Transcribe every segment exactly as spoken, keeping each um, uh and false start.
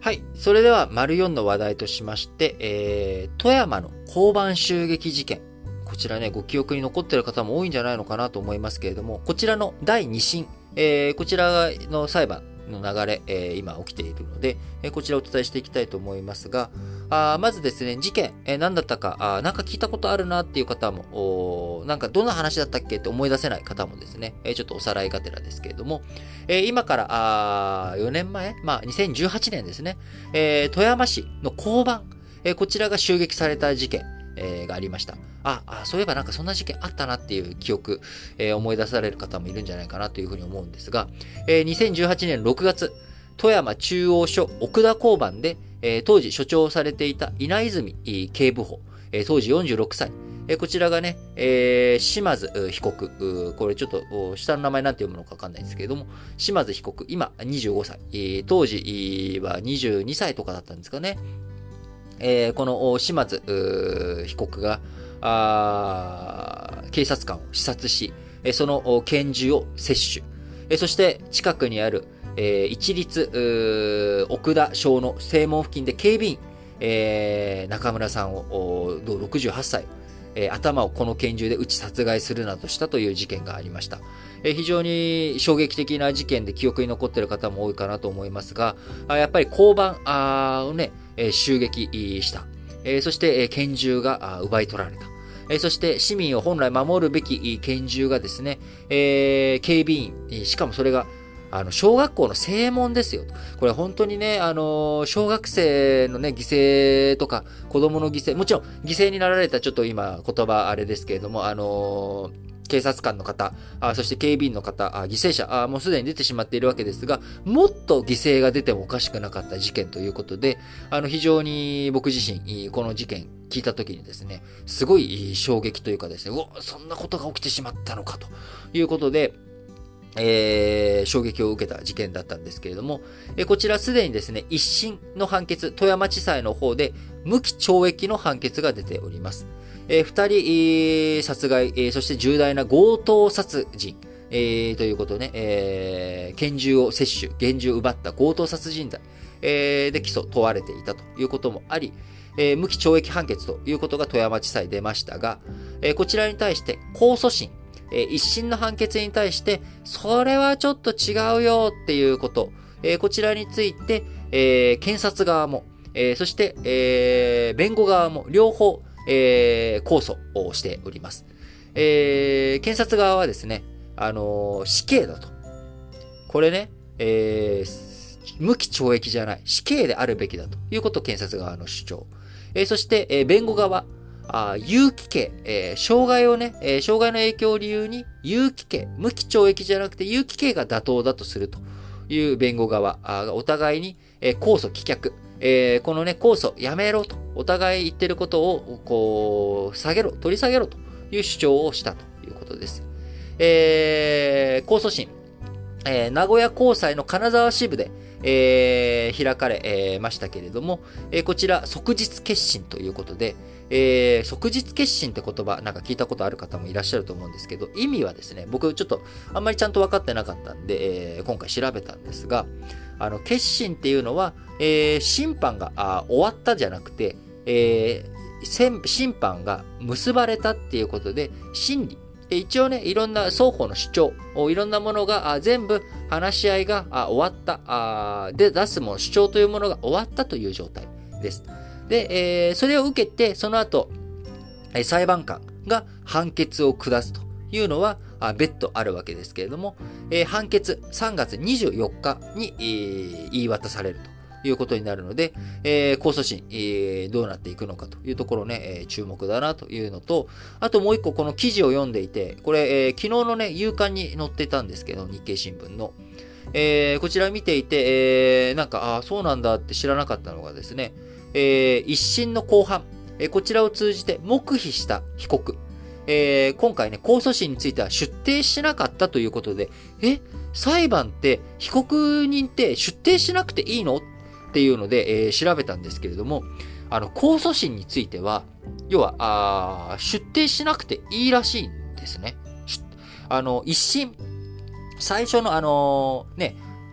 はい。それでは、丸よんの話題としまして、えー、富山の交番襲撃事件。こちらね、ご記憶に残っている方も多いんじゃないのかなと思いますけれども、こちらのだいに審、えー、こちらの裁判の流れ、えー、今起きているので、えー、こちらをお伝えしていきたいと思いますが、あまずですね、事件、えー、何だったか、あなんか聞いたことあるなっていう方も、なんかどんな話だったっけって思い出せない方もですね、えー、ちょっとおさらいがてらですけれども、えー、今からあよねんまえ、まあにせんじゅうはちねんですね、えー、富山市の交番、えー、こちらが襲撃された事件、えー、がありました。ああ、そういえばなんかそんな事件あったなっていう記憶、えー、思い出される方もいるんじゃないかなというふうに思うんですが、えー、にせんじゅうはちねんろくがつ、富山中央署奥田交番で、えー、当時所長をされていた稲泉警部補、えー、当時よんじゅうろくさい、えー、こちらがね、えー、島津被告、これちょっと下の名前なんて読むのかわかんないんですけれども、島津被告、今にじゅうごさい、えー、当時はにじゅうにさいとかだったんですかね。えー、この島津被告があ警察官を視察し、その拳銃を摂取、そして近くにある、えー、一律奥田署の正門付近で警備員、えー、中村さんをろくじゅうはっさい、えー、頭をこの拳銃で撃ち殺害するなどしたという事件がありました。えー、非常に衝撃的な事件で記憶に残っている方も多いかなと思いますが、やっぱり交番をね、えー、襲撃した。えー、そして、えー、拳銃が奪い取られた。えー、そして市民を本来守るべき拳銃がですね、えー、警備員、しかもそれがあの小学校の正門ですよ。これ本当にね、あの小学生のね、犠牲とか子供の犠牲、もちろん犠牲になられたちょっと今言葉あれですけれども、あのー警察官の方、あそして警備員の方、あ犠牲者あ、もうすでに出てしまっているわけですが、もっと犠牲が出てもおかしくなかった事件ということで、あの非常に僕自身、この事件聞いたときにですね、すごい衝撃というかですね、うわ、そんなことが起きてしまったのかということで、えー、衝撃を受けた事件だったんですけれども、えー、こちらすでにですね、一審の判決、富山地裁の方で無期懲役の判決が出ております。えー、二人、えー、殺害、えー、そして重大な強盗殺人、えー、ということね、えー、拳銃を摂取、拳銃を奪った強盗殺人罪、えー、で起訴問われていたということもあり、えー、無期懲役判決ということが富山地裁出ましたが、えー、こちらに対して控訴審、えー、一審の判決に対して、それはちょっと違うよっていうこと、えー、こちらについて、えー、検察側も、えー、そして、えー、弁護側も両方、えー、控訴をしております。えー、検察側はですね、あのー、死刑だと。これね、えー、無期懲役じゃない、死刑であるべきだということを検察側の主張。えー、そして、えー、弁護側、あ有期刑、えー、障害をね、えー、障害の影響を理由に有期刑、無期懲役じゃなくて有期刑が妥当だとするという弁護側がお互いに、えー、控訴棄却。えー、このね、控訴やめろと、お互い言ってることを、こう、下げろ、取り下げろという主張をしたということです。えー、控訴審、えー、名古屋高裁の金沢支部で、えー、開かれ、えー、ましたけれども、えー、こちら、即日結審ということで、えー、即日結審って言葉、なんか聞いたことある方もいらっしゃると思うんですけど、意味はですね、僕ちょっとあんまりちゃんと分かってなかったんで、えー、今回調べたんですが、あの、結審っていうのは、えー、審判があ終わったじゃなくて、えー、審判が結ばれたっていうことで、審理。一応ね、いろんな双方の主張、いろんなものが全部話し合いが終わった、で、出すもの、主張というものが終わったという状態です。で、えー、それを受けて、その後、裁判官が判決を下すというのは、別途あるわけですけれども、えー、判決さんがつにじゅうよっかに、えー、言い渡されるということになるので、えー、控訴審、えー、どうなっていくのかというところね、えー、注目だなというのと、あともう一個この記事を読んでいて、これ、えー、昨日のね、夕刊に載ってたんですけど、日経新聞の。えー、こちら見ていて、えー、なんか、ああ、そうなんだって知らなかったのがですね、えー、一審の公判、えー、こちらを通じて黙秘した被告、えー、今回ね、控訴審については出廷しなかったということで、え、裁判って被告人って出廷しなくていいのっていうので、えー、調べたんですけれども、あの、控訴審については、要は、あ出廷しなくていいらしいんですね。あの、一審、最初のあの、ね、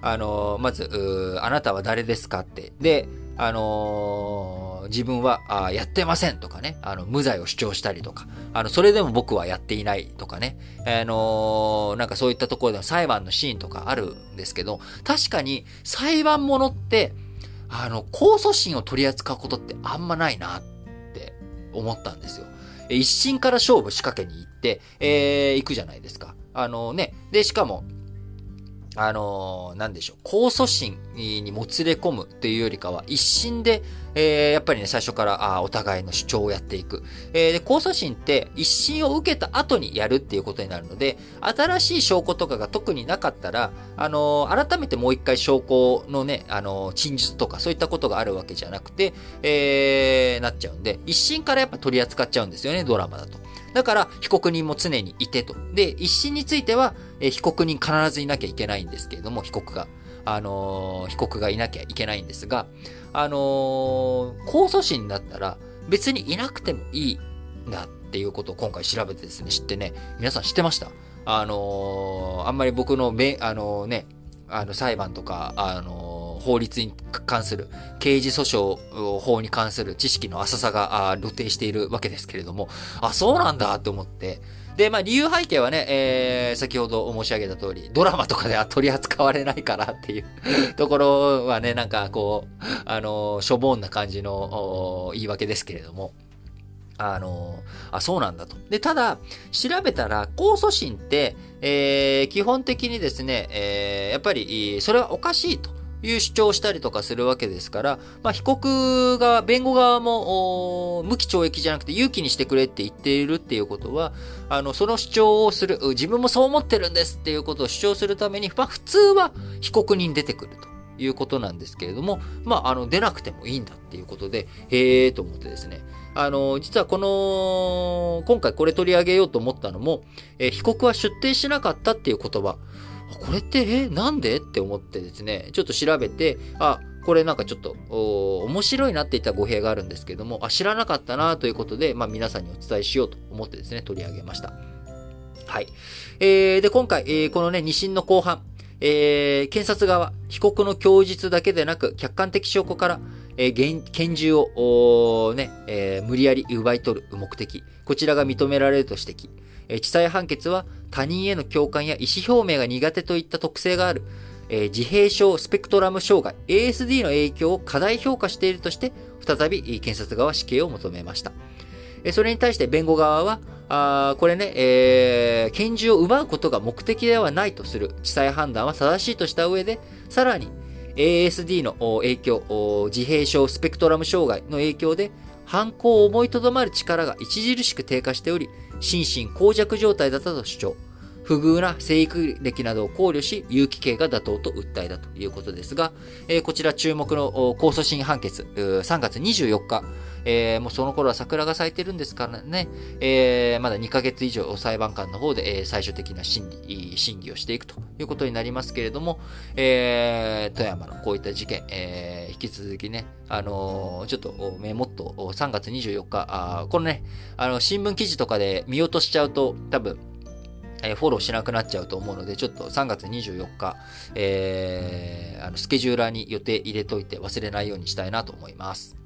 あの、まず、あなたは誰ですかって。で、あのー、自分はあやってませんとかね、あの、無罪を主張したりとか、あの、それでも僕はやっていないとかね、あのー、なんかそういったところでの裁判のシーンとかあるんですけど、確かに裁判ものって、あの、控訴審を取り扱うことってあんまないなって思ったんですよ。一審から勝負仕掛けに行って、えー、行くじゃないですか。あのね、で、しかも、あのー、なんでしょう、控訴審にもつれ込むというよりかは、一審で、えー、やっぱりね、最初から、あお互いの主張をやっていく。えー、で、控訴審って、一審を受けた後にやるっていうことになるので、新しい証拠とかが特になかったら、あのー、改めてもう一回証拠のね、あのー、陳述とかそういったことがあるわけじゃなくて、えー、なっちゃうんで、一審からやっぱ取り扱っちゃうんですよね、ドラマだと。だから、被告人も常にいてと。で、一審については、えー、被告人必ずいなきゃいけないんですけれども、被告が。あのー、被告がいなきゃいけないんですが、あのー、控訴審だったら、別にいなくてもいいんだっていうことを今回調べてですね、知ってね、皆さん知ってました？あのー、あんまり僕のめ、あのー、ね、あの、裁判とか、あのー、法律に関する、刑事訴訟法に関する知識の浅さが露呈しているわけですけれども、あ、そうなんだって思って、で、まあ理由背景はね、えー、先ほど申し上げた通り、ドラマとかでは取り扱われないからっていうところはね、なんかこう、あのー、しょぼんな感じの言い訳ですけれども、あのー、あ、そうなんだと。で、ただ、調べたら、控訴審って、えー、基本的にですね、えー、やっぱり、それはおかしいという主張をしたりとかするわけですから、まあ、被告側、弁護側も、無期懲役じゃなくて有期にしてくれって言っているっていうことは、あの、その主張をする、自分もそう思ってるんですっていうことを主張するために、まあ、普通は被告人出てくるということなんですけれども、まあ、あの、出なくてもいいんだっていうことで、へーと思ってですね、あの、実はこの、今回これ取り上げようと思ったのも、えー、被告は出廷しなかったっていう言葉。これって、え、なんでって思ってですね、ちょっと調べて、あ、これなんかちょっと、面白いなって言った語弊があるんですけども、あ、知らなかったなということで、まあ皆さんにお伝えしようと思ってですね、取り上げました。はい。えー、で、今回、えー、このね、二審の後半、えー、検察側、被告の供述だけでなく、客観的証拠から、えー、拳銃を、ね、えー、無理やり奪い取る目的。こちらが認められると指摘。えー、地裁判決は他人への共感や意思表明が苦手といった特性がある、えー、自閉症スペクトラム障害 エーエスディー の影響を過大評価しているとして、再び検察側は死刑を求めました。えー、それに対して弁護側は、あこれね、えー、拳銃を奪うことが目的ではないとする地裁判断は正しいとした上で、さらに、エーエスディー の影響、自閉症スペクトラム障害の影響で、犯行を思いとどまる力が著しく低下しており、心身耗弱状態だったと主張。不遇な生育歴などを考慮し、有期刑が妥当と訴えたということですが、えー、こちら注目の控訴審判決、さんがつにじゅうよっか、えー、もうその頃は桜が咲いてるんですからね、えー、まだにかげつ以上裁判官の方で、えー、最終的な審理、審議をしていくということになりますけれども、えー、富山のこういった事件、えー、引き続きね、あのー、ちょっとメモっとさんがつにじゅうよっか、あこのね、あの、新聞記事とかで見落としちゃうと多分、えー、フォローしなくなっちゃうと思うので、ちょっとさんがつにじゅうよっか、えー、あのスケジューラーに予定入れといて忘れないようにしたいなと思います。